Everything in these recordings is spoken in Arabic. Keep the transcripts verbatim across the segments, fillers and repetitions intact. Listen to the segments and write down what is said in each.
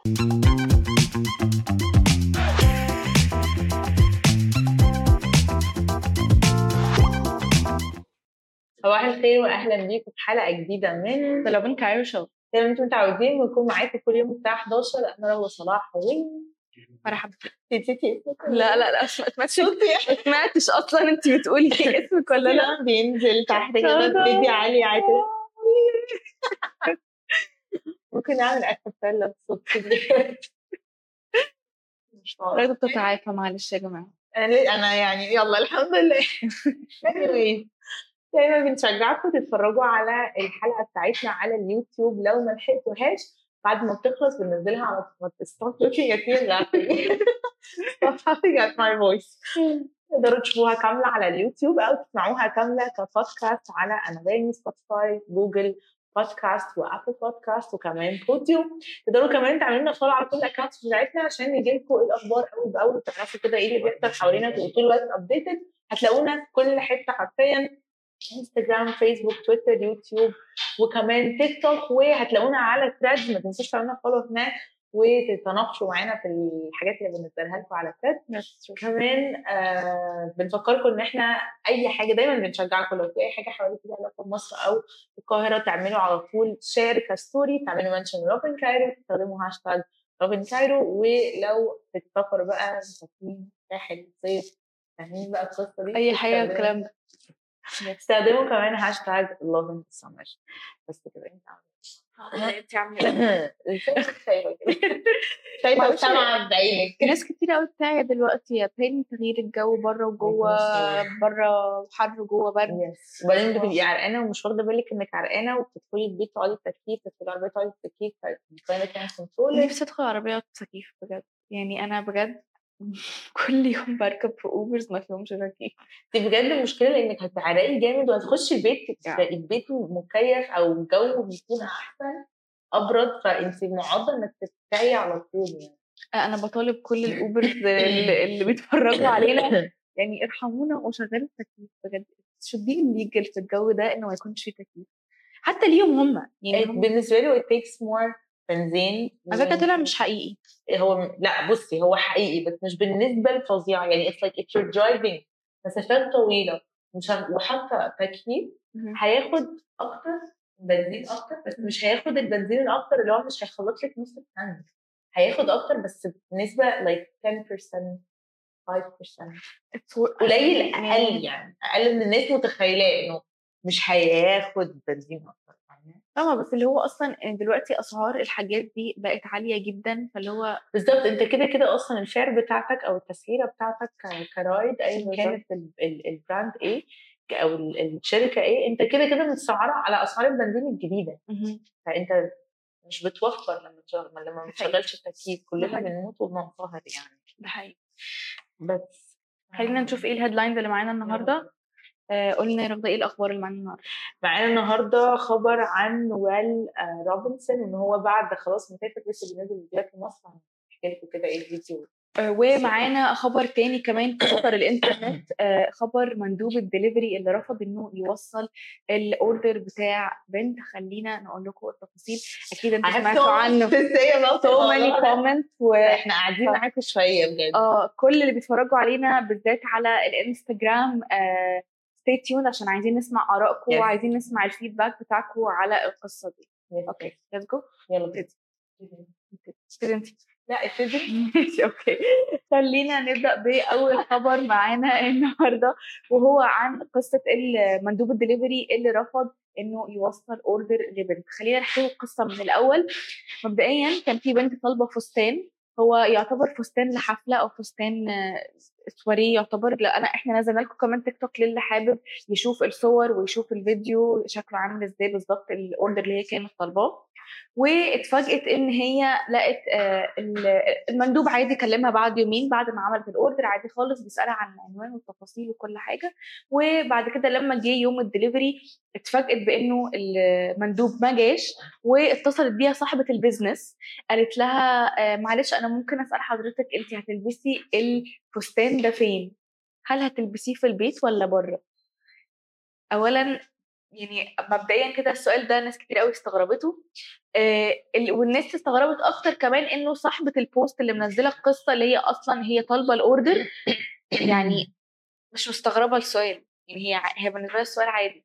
صباح الخير واهلا بيكم في حلقه جديده من ده لبن كايرو شو. زي ما انتم متعودين بنكون معاكم كل يوم الساعه حداشر. انا روى صلاح وين مرحبا. تيتي لا لا لا ما سمعتش ما سمعتش اصلا انت بتقولي اسمك ولا لا؟ بينزل تحت كده بتدي عالي عادي. ممكن نعمل اكابيلا بصوت كده. رضا بتتعافى، معلش يا جماعه. انا انا يعني يلا الحمد لله. دايما بنشجعكم تتفرجوا على الحلقه بتاعتنا على اليوتيوب لو ما لحقتوهاش. بعد ما بتخلص بننزلها على stop looking at me and laughing. stop laughing at my voice. تقدروا تشوفوها كاملة على اليوتيوب أو تسمعوها كاملة كبودكاست على أنغامي، سبوتيفاي، جوجل بودكاست وأبل بودكاست وكمان بوديو. تقدروا كمان تعملوا لنا فولو على كل الأكونتس بتاعتنا عشان يجيلكم الأخبار أول بأول، تعرفوا كده إيه اللي بيحصل حوالينا، تبقوا طول الوقت أبديتد. هتلاقونا في كل حتة حرفيا، انستجرام، فيسبوك، تويتر، يوتيوب وكمان تيك توك، وهتلاقونا على ثريدز. ما تنسوش تعملوا فولو هناك وتتناقشوا معانا في الحاجات اللي بنزلها لكم على ثريدز. كمان آه بنفكركم ان احنا اي حاجه دايما بنشجعكم لو في اي حاجه حواليكم ليها علاقه بمصر او القاهره تعملوا على طول شير كستوري، تعملوا منشن روبن كايرو، تستخدموا هاشتاج روبن كايرو. ولو بتفكروا بقى مسافرين ساحل صيف فاهمين بقى القصه دي اي حاجه الكلام ده، استخدموا كمان هاشتاج love in the summer. بس كده انت انت عامله شايفه سامعه بعينك. ناس كتير قوي بتاعي دلوقتي يا بين تغيير الجو بره وجوه، بره حر وجوه برد. وبعدين بتبقي عرقانه ومش واخده بالك انك عرقانه وبتدخلي البيت تقعدي التكييف، تدخلي العربيه تقعدي التكييف، فالكلام كان كنترول. نفسي ادخل عربيه تكييف بجد، يعني انا بجد كل يوم بركب في اوبرز ما فيهمش تكييف. دي بجد المشكله لانك هتعرقي جامد وهتخشي البيت تلاقي البيت مكيف او الجو بيكون احسن ابرد، فانت معرضه انك تتعي على طول. يعني انا بطالب كل الاوبرز اللي, اللي بيتفرجوا علينا يعني ارحمونا وشغلوا التكييف بجد. should be illegal في الجو ده انه ما يكونش فيه تكييف حتى ليهم هم. يعني هم بالنسبه له it takes more بنزين. على فكره طلع مش حقيقي. هو لا بصي هو حقيقي بس مش بالنسبه الفظيعه. يعني it's like if you're driving مسافات طويله وحاطه تكييف هياخد اكتر بنزين اكتر، بس مش هياخد البنزين الاكتر اللي هو مش هيخلص لك نص التانك. هياخد اكتر بس بنسبه like ten percent five percent قليل، اقل يعني اقل من الناس متخيله انه مش هياخد بنزين اكتر. اه بس اللي هو اصلا دلوقتي اسعار الحاجات دي بقت عاليه جدا، فاللي هو بالظبط انت كده كده اصلا الفير بتاعتك او التسعيره بتاعتك كرايد ايا كانت البراند ايه او الشركه ايه، انت كده كده متسعره على اسعار البنزين الجديده. فانت مش بتوفر لما تشغل لما ما تشغلش التكييف. كلنا بنموت وبننقهر يعني. ده حقيقي. بس خلينا نشوف ايه الهيدلاينز اللي معانا النهارده. آه قلنا يا رغده ايه الاخبار اللي معانا النهارده؟ معانا النهارده خبر عن ويل آه روبنسون، ان هو بعد خلاص مسافر لسه بينزل فيديوهات في مصر. هنحكي لكم كده ايه الفيديو. آه ومعانا خبر تاني كمان في خطر الانترنت. آه خبر مندوب الدليفري اللي رفض انه يوصل الاوردر بتاع بنت. خلينا نقول لكم التفاصيل، اكيد انتوا سمعتوا عنه. so many comments واحنا قاعدين معاكم شويه بجد. اه كل اللي بيتفرجوا علينا بالذات على الانستجرام آه stay tuned عشان عايزين نسمع آرائكم yes. وعايزين نسمع الفيدباك بتاعكم على القصة دي. yes. اوكي let's go. يلا ابتدي. ابتدي انت. لا ابتدي. ماشي اوكي. خلينا نبدأ بأول خبر معانا النهارده، وهو عن قصة المندوب الدليفري اللي رفض انه يوصل اوردر لبنت. خلينا نحكي القصة من الأول. مبدئيا كان في بنت طالبة فستان، هو يعتبر فستان لحفله او فستان سواري يعتبر. لا انا احنا نزلنا لكم كمان تيك توك للي حابب يشوف الصور ويشوف الفيديو شكله عامل ازاي بالظبط الاوردر اللي هي كانت طالباه. واتفاجئت ان هي لقت المندوب عادي كلمها بعد يومين بعد ما عملت الاوردر عادي خالص، بيسالها عن العنوان والتفاصيل وكل حاجه. وبعد كده لما جه يوم الدليفري اتفاجئت بانه المندوب ما جاش، واتصلت بيها صاحبه البيزنس قالت لها معلش انا ممكن اسال حضرتك انت هتلبسي الفستان ده فين؟ هل هتلبسيه في البيت ولا بره؟ اولا يعني مبدئيا كده السؤال ده ناس كتير قوي استغربته. آه ال- والناس استغربت اكتر كمان انه صاحبه البوست اللي منزله القصه اللي هي اصلا هي طالبه الاوردر يعني مش مستغربه السؤال. يعني هي ع- هي بالنسبه لها السؤال عادي.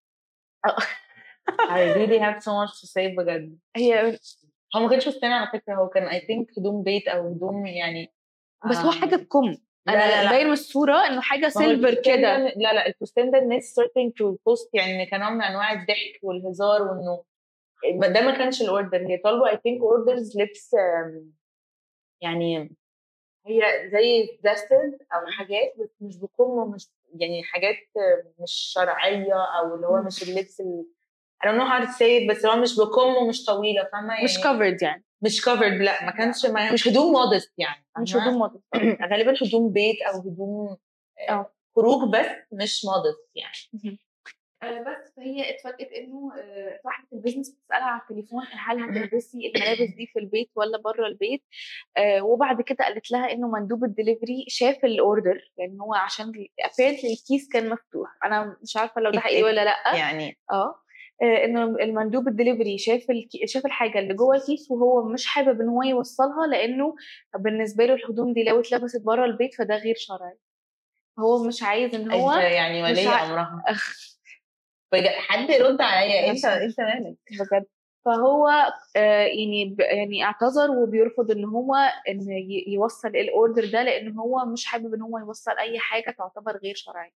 I really have so much to say بجد. هي هو ما كانش فستان على فكرة، هو كان I think هدوم بيت أو هدوم يعني. بس هو حاجه بكم. لا انا لا لا باين من الصوره انه حاجه ما هو سيلفر الفستان كده. ده لا لا الفستان ده الناس starting to post يعني كان نوع من أنواع الضحك والهزار، وإنه ده ما كانش الأوردر. هي طالبة I think orders لبس آم، يعني هي زي داستد أو حاجات بس مش بكم ومش يعني حاجات آم، مش شرعية، أو اللي هو مش اللبس ال I don't know how to say it، بس هو مش بكم ومش طويلة، فاهمة يعني؟ مش covered يعني. مش covered، لا ما كانش ما مش هدوم مودست يعني، مش فاهمة؟ هدوم مضر. غالبا هدوم بيت او هدوم آه، اه خروج بس مش مودست يعني. مهم. آه، بس فهي اتفاجئت انه آه، صاحبه البيزنس بتسالها على التليفون هل هتلبسي الملابس دي في البيت ولا بره البيت. آه، وبعد كده قالت لها انه مندوب الدليفري شاف الاوردر يعني هو عشان ابيرنتلي الكيس كان مفتوح. انا مش عارفه لو ده حقيقي ولا لا. يعني اه آه، انه المندوب الدليفري شاف الكي... شاف الحاجه اللي جوه الكيس وهو مش حابب ان هو يوصلها لانه بالنسبه له الهدوم دي لو اتلبست بره البيت فده غير شرعي. هو مش عايز ان هو انت يعني مش ولي ع... امرها بجد حد يرد عليا، انت انت مالك بجد. فهو آه، يعني ب- يعني اعتذر وبيرفض ان هو ان ي- يوصل الاوردر ده لان هو مش حابب ان هو يوصل اي حاجه تعتبر غير شرعيه.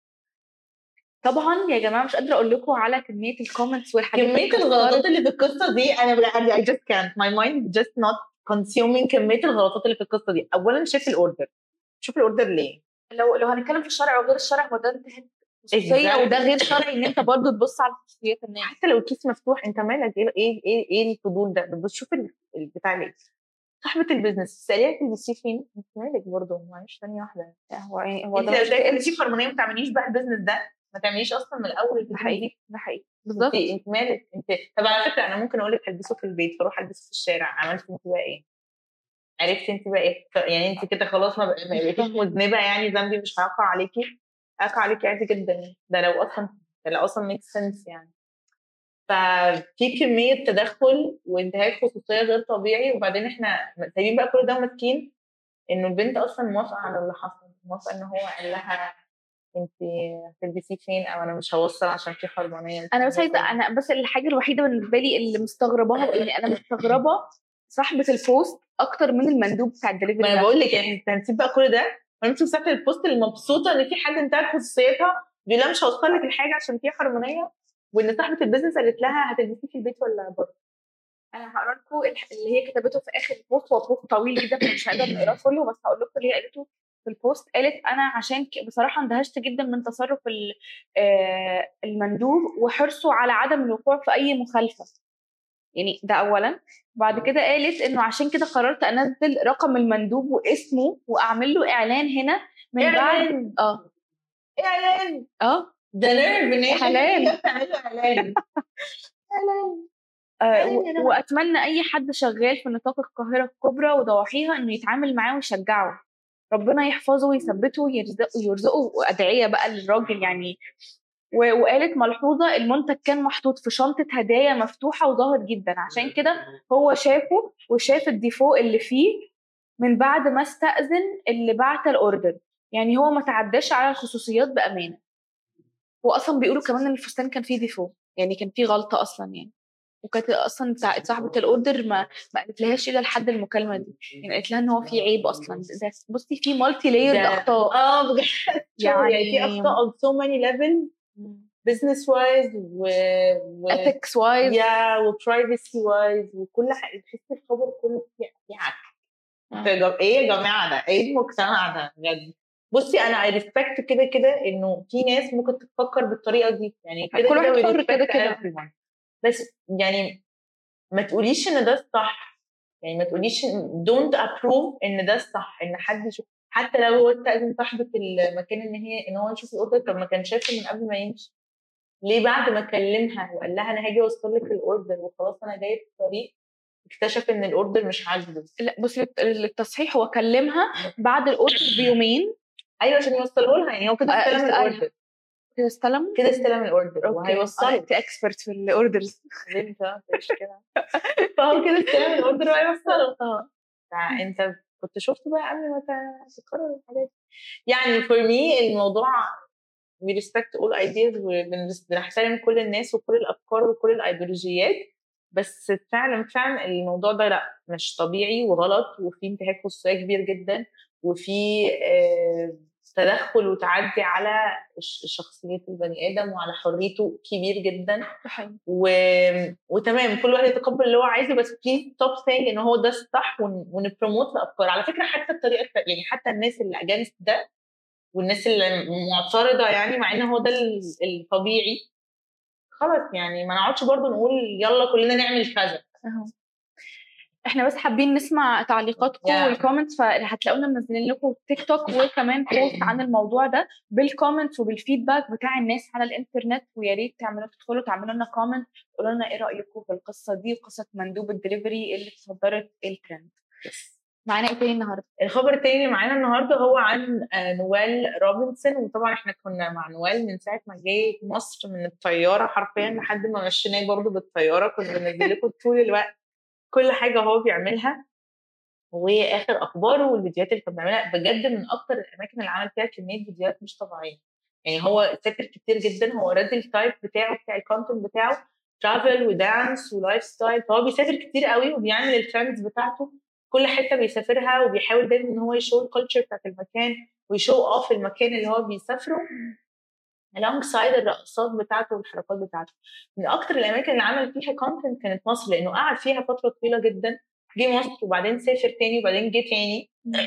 طبعا يا جماعه مش قادره اقول لكم على كميه الكومنتس والحاجات كميه اللي الغلطات كسرت. اللي في القصه دي انا بجد I just can't my mind is just not consuming كميه الغلطات اللي في القصه دي. اولا شايف الاوردر، شوف الاوردر ليه. لو لو هنتكلم في الشرع وغير الشرع وده انتهت خصوصيه وده غير شرعي ان انت برضو تبص على خصوصيات الناس. حتى لو الكيس مفتوح انت مالك؟ ايه ايه ايه, إيه الفضول ده؟ بس شوف ال- البتاع ليه. صاحبة البيزنس سريع تلبسيه فين؟ انت مالك برضه؟ معلش ثانية واحدة. هو يعني هو انت ده لو مش شايفه ان جائز. في حرمانية ما تعمليش بقى البيزنس ده، ما تعمليش اصلا من الاول. ده حقيقي ده حقيقي انت بالظبط. انت مالك انت؟ طب على فكرة انا ممكن اقول لك البسه في البيت فاروح البسه في الشارع، عملت انت بقى ايه؟ عرفت انت بقى ايه؟ ف- يعني انت كده خلاص ما بق- ما بقيتيش مذنبة يعني، ذنبي مش هيقع عليكي. هيقع عليكي عادي جدا، ده لو اصلا ده لو اصلا ميك سنس يعني. ففي كمية تدخل وانتهاك خصوصية غير طبيعي، وبعدين احنا سايبين بقى كل ده وماسكين انه البنت اصلا موافقة على اللي حصل، موافقة ان هو قال لها انت هتلبسيه فين، او انا مش هوصل عشان في حرمانية. انا بس عايزه انا بس الحاجه الوحيده بالنسبه لي اللي مستغرباها يعني انا مستغربه صاحبه البوست اكتر من المندوب بتاع الدليفري. ما انا بقول لك احنا هنسيب بقى كل ده ونمسك صاحبة البوست اللي مبسوطة ان في حد انتهك خصوصيتها بيقول لها مش هوصل لك الحاجة عشان في حرمانية، وان صاحبة البيزنس قالت لها هتلبسيه في البيت ولا بره. انا هقرا لكم اللي هي كتبته في اخر البوست. هو بوست طويل جدا فمش هقدر نقراه كله بس هقول لكم اللي هي قالته في البوست. قالت انا عشان ك- بصراحه اندهشت جدا من تصرف ال- آه، المندوب وحرصه على عدم الوقوع في اي مخالفه. يعني ده اولا. بعد كده قالت انه عشان كده قررت انزل رقم المندوب واسمه واعمل له اعلان هنا من بعد. اعلان اه اعلان اه ده نيرف ان هي حلال. شايفة تعمله اعلان اعلان. آه، و- واتمنى اي حد شغال في نطاق القاهره الكبرى وضواحيها انه يتعامل معاه ويشجعه. ربنا يحفظه ويثبته ويرزقه ويرزقه ادعيه بقى للراجل يعني. و- وقالت ملحوظه المنتج كان محطوط في شنطه هدايا مفتوحه وظاهر جدا عشان كده هو شافه وشاف الديفو اللي فيه من بعد ما استأذن اللي بعت الاوردر. يعني هو ما تعداش على الخصوصيات بامانه. واصلا بيقولوا كمان ان الفستان كان فيه ديفو يعني كان فيه غلطه اصلا يعني. وكانت اصلا بتاع صاحبه الاوردر ما ما قالت لهاش الا لحد المكالمه دي. يعني قالت لها ان هو في عيب اصلا. ده بصي في مالتي لايرد ده اخطاء اه بجد يعني, يعني في يعني اخطاء on so many levels business wise و, و... ethics wise يا و privacy wise وكل حاجه. تحسي الخبر كله في في عك. في جم... ايه يا جماعه ده؟ ايه المجتمع ده بجد؟ بصي انا اي ريسبكت كده كده انه في ناس ممكن تفكر بالطريقه دي يعني كده كل كده واحد we حر كده respect كده. everyone. بس يعني ما تقوليش ان ده الصح، يعني ما تقوليش don't approve ان ده الصح ان حد يشوف. حتى لو هو استأذن صاحبة المكان ان هي ان هو يشوف الاوردر، طب ما كان شافه من قبل ما يمشي ليه؟ بعد ما كلمها وقال لها انا هاجي اوصل لك الاوردر وخلاص انا جاي في الطريق اكتشف ان الاوردر مش عاجبه. لا بصي للتصحيح هو كلمها بعد الاوردر بيومين. ايوه عشان يوصله لها يعني هو كده آه، استلم اسألها الاوردر. كده استلم كده استلم الاوردر وهيوصله. انت اكسبرت في الاوردرز انت مش كده فهو كده استلم الاوردر وهيوصله. اه فانت كنت شفت بقى قبل ما تقرر الحاجات دي. يعني for me الموضوع we respect all ideas وبنحترم كل الناس وكل الافكار وكل الايديولوجيات، بس فعلا فعلا الموضوع ده لا مش طبيعي وغلط وفي انتهاك خصوصيه كبير جدا وفي آه تدخل وتعدي على شخصيه البني ادم وعلى حريته كبير جدا. و... وتمام كل واحد يتقبل اللي هو عايزه، بس بليز ستوب سينج ان هو ده الصح ون... ونبروموت الافكار. على فكره حتى الطريقه يعني حتى الناس اللي اجانست ده والناس اللي معترضه يعني مع ان هو ده الطبيعي خلاص يعني ما نقعدش برضو نقول يلا كلنا نعمل كذا. احنا بس حابين نسمع تعليقاتكم yeah. والكومنتس، فهتلاقونا منزلين لكم تيك توك وكمان بوست عن الموضوع ده بالكومنتس وبالفيدباك بتاع الناس على الانترنت، ويا ريت تعملوا تدخلوا تعملوا لنا كومنت تقولوا لنا ايه رايكم في القصه دي وقصه مندوب الدليفري اللي تصدرت الترند. yes. معانا ايه تاني النهارده؟ الخبر التاني معانا النهارده هو عن نوال روبنسون، وطبعا احنا كنا مع نوال من ساعه ما جه مصر من الطياره حرفيا لحد ما مشيناه برضو بالطياره، كنا بننزل لكم طول الوقت كل حاجه هو بيعملها واخر اخباره والفيديوهات اللي كنا بنعملها. بجد من اكتر الاماكن اللي عمل فيها كميه فيديوهات مش طبيعيه، يعني هو سافر كتير جدا، هو اوريدي التايب بتاعه بتاع الكونتنت بتاعه ترافل ودانس ولايف ستايل، فهو بيسافر كتير قوي وبيعمل الترندز بتاعته كل حته بيسافرها، وبيحاول دايما ان هو يشو الكالتشر بتاعت المكان ويشو اوف المكان اللي هو بيسافره alongside الرقصات بتاعته والحركات بتاعته. من اكتر الاماكن اللي عمل فيها كونتنت كانت مصر، لانه قعد فيها فتره طويله جدا، جه مصر وبعدين سافر تاني وبعدين جه تاني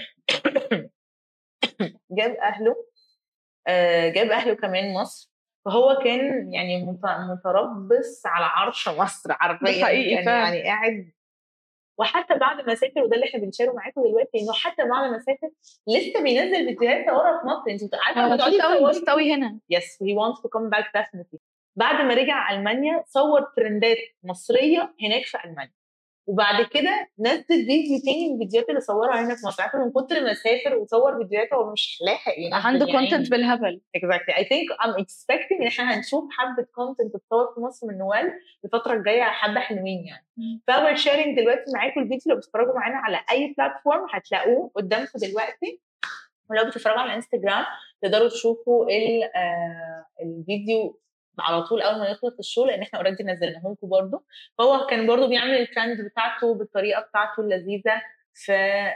جاب اهله آه جاب اهله كمان مصر، فهو كان يعني متربص على عرش مصر حرفيا، كان يعني قاعد. وحتى بعد ما سافر، وده اللي احنا بنشاره معاكم دلوقتي، انه حتى بعد ما سافر لسه بينزل فيديوهات صورها في مصر. انت عارفه بتقعدي تصوري تستوي هنا. يس هي wants to come back definitely. بعد ما رجع المانيا صور ترندات مصريه هناك في المانيا، وبعد كده نزل فيديو تاني من الفيديوهات اللي صورها هنا في مصر. عارفه من كتر ما سافر وصور فيديوهات هو مش لاحق يعني عنده كونتنت بالهبل. exactly I think I'm expecting ان احنا هنشوف حبه كونتنت بتصور في مصر من نوال الفتره الجايه، حبه حلوين يعني. فاور شيرنج دلوقتي معاكم الفيديو، لو بتتفرجوا معانا على اي بلاتفورم هتلاقوه قدامكم دلوقتي، ولو بتتفرجوا على الانستجرام تقدروا تشوفوا آه الفيديو على طول اول ما يخلص الشو، لان احنا اوريدي نزلناه لكم برده. فهو كان برده بيعمل الترند بتاعته بالطريقه بتاعته اللذيذه في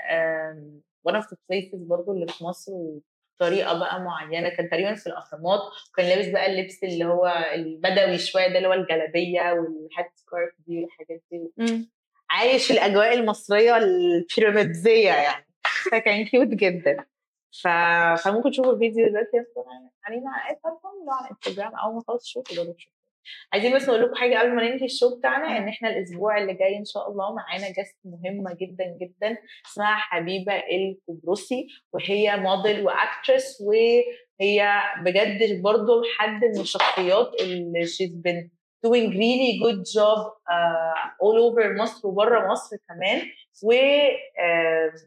one of the places برده اللي في مصر، وطريقه بقى معينه. كان تقريبا في الاهرامات، وكان لابس بقى اللبس اللي هو البدوي شويه ده، اللي هو الجلابيه والهات سكارف دي والحاجات دي، عايش الاجواء المصريه البيراميديه يعني، فكان كيوت جدا. ف... فممكن تشوفوا الفيديو دلوقتي علينا على اي بلاتفورم، لو على انستجرام او ما خلاص شوفوا تقدروا تشوفوا. عايزين بس نقول لكم حاجه قبل ما ننهي الشو بتاعنا، ان احنا الاسبوع اللي جاي ان شاء الله معانا جست مهمه جدا جدا اسمها حبيبه القبرصي، وهي موديل واكترس، وهي بجد برضو حد من الشخصيات اللي she's been doing really good job uh, all over مصر وبره مصر كمان. و uh,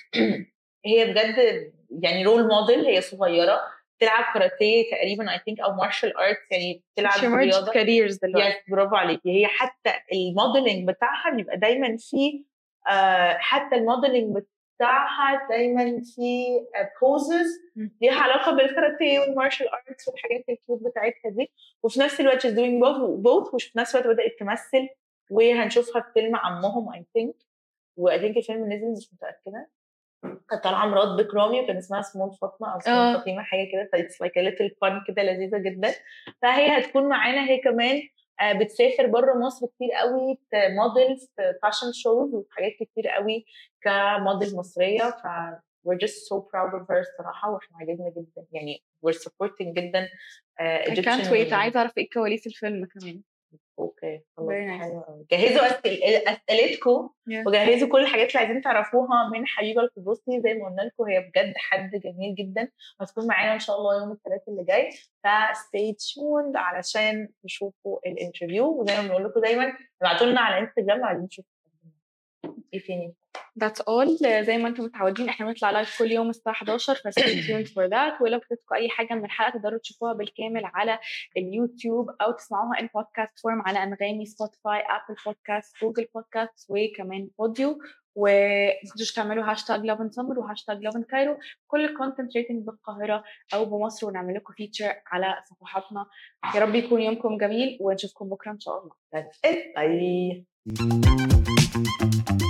هي بجد يعني رول موديل. هي صغيره بتلعب كاراتيه تقريبا I think او مارشال ارتس، يعني بتلعب رياضه كاريرز دلوقتي. يس برافو عليكي. هي حتى الموديلنج بتاعها بيبقى دايما في آه حتى الموديلنج بتاعها دايما في بوزز ليها علاقه بالكاراتيه والمارشال ارتس والحاجات الكيوت بتاعتها دي، وفي نفس الوقت she's doing both both وفي نفس الوقت بدات تمثل، وهنشوفها في فيلم عمهم I think. و I think الفيلم نزل مش متاكده، كانت طالعه مرات بكرامي وكان اسمها سمول فاطمه او سمول فاطمه حاجه كده، فايتس لايك ليتل فان كده لذيذه جدا. فهي هتكون معانا هي كمان، بتسافر بره مصر كتير قوي موديل في فاشن شوز وحاجات كتير قوي كموديل مصريه. ف we're just so proud of her الصراحه، واحنا عجبنا جدا يعني we're supporting جدا uh, I can't wait. عايزه اعرف ايه كواليس الفيلم كمان. اوكي خلاص حلو قوي. جهزوا اسئلتكم yeah. وجهزوا كل الحاجات اللي عايزين تعرفوها من حبيبه القبرصي. زي ما قلنا لكم هي بجد حد جميل جدا، وهتكون معانا ان شاء الله يوم الثلاث اللي جاي، فستي تيوند علشان تشوفوا الانترفيو. وزي ما بنقول لكم دايما ابعتوا لنا على انستجرام لو عايزين تشوفوا ايه تاني. That's all. زي ما انتم متعودين احنا بنطلع لايف كل يوم الساعه حداشر ف stay tuned for that. ولو فاتتكم اي حاجه من الحلقه تقدروا تشوفوها بالكامل على اليوتيوب او تسمعوها in podcast form على انغامي، سبوتيفاي، ابل بودكاست، جوجل بودكاست وكمان بوديو. ومتنسوش تعملوا هاشتاج لافن سمر وهاشتاج لافن كايرو كل الكونتنت ريتنج بالقاهره او بمصر، ونعمل لكم فيتشر على صفحاتنا. يا رب يكون يومكم جميل ونشوفكم بكره ان شاء الله. That's it. Bye.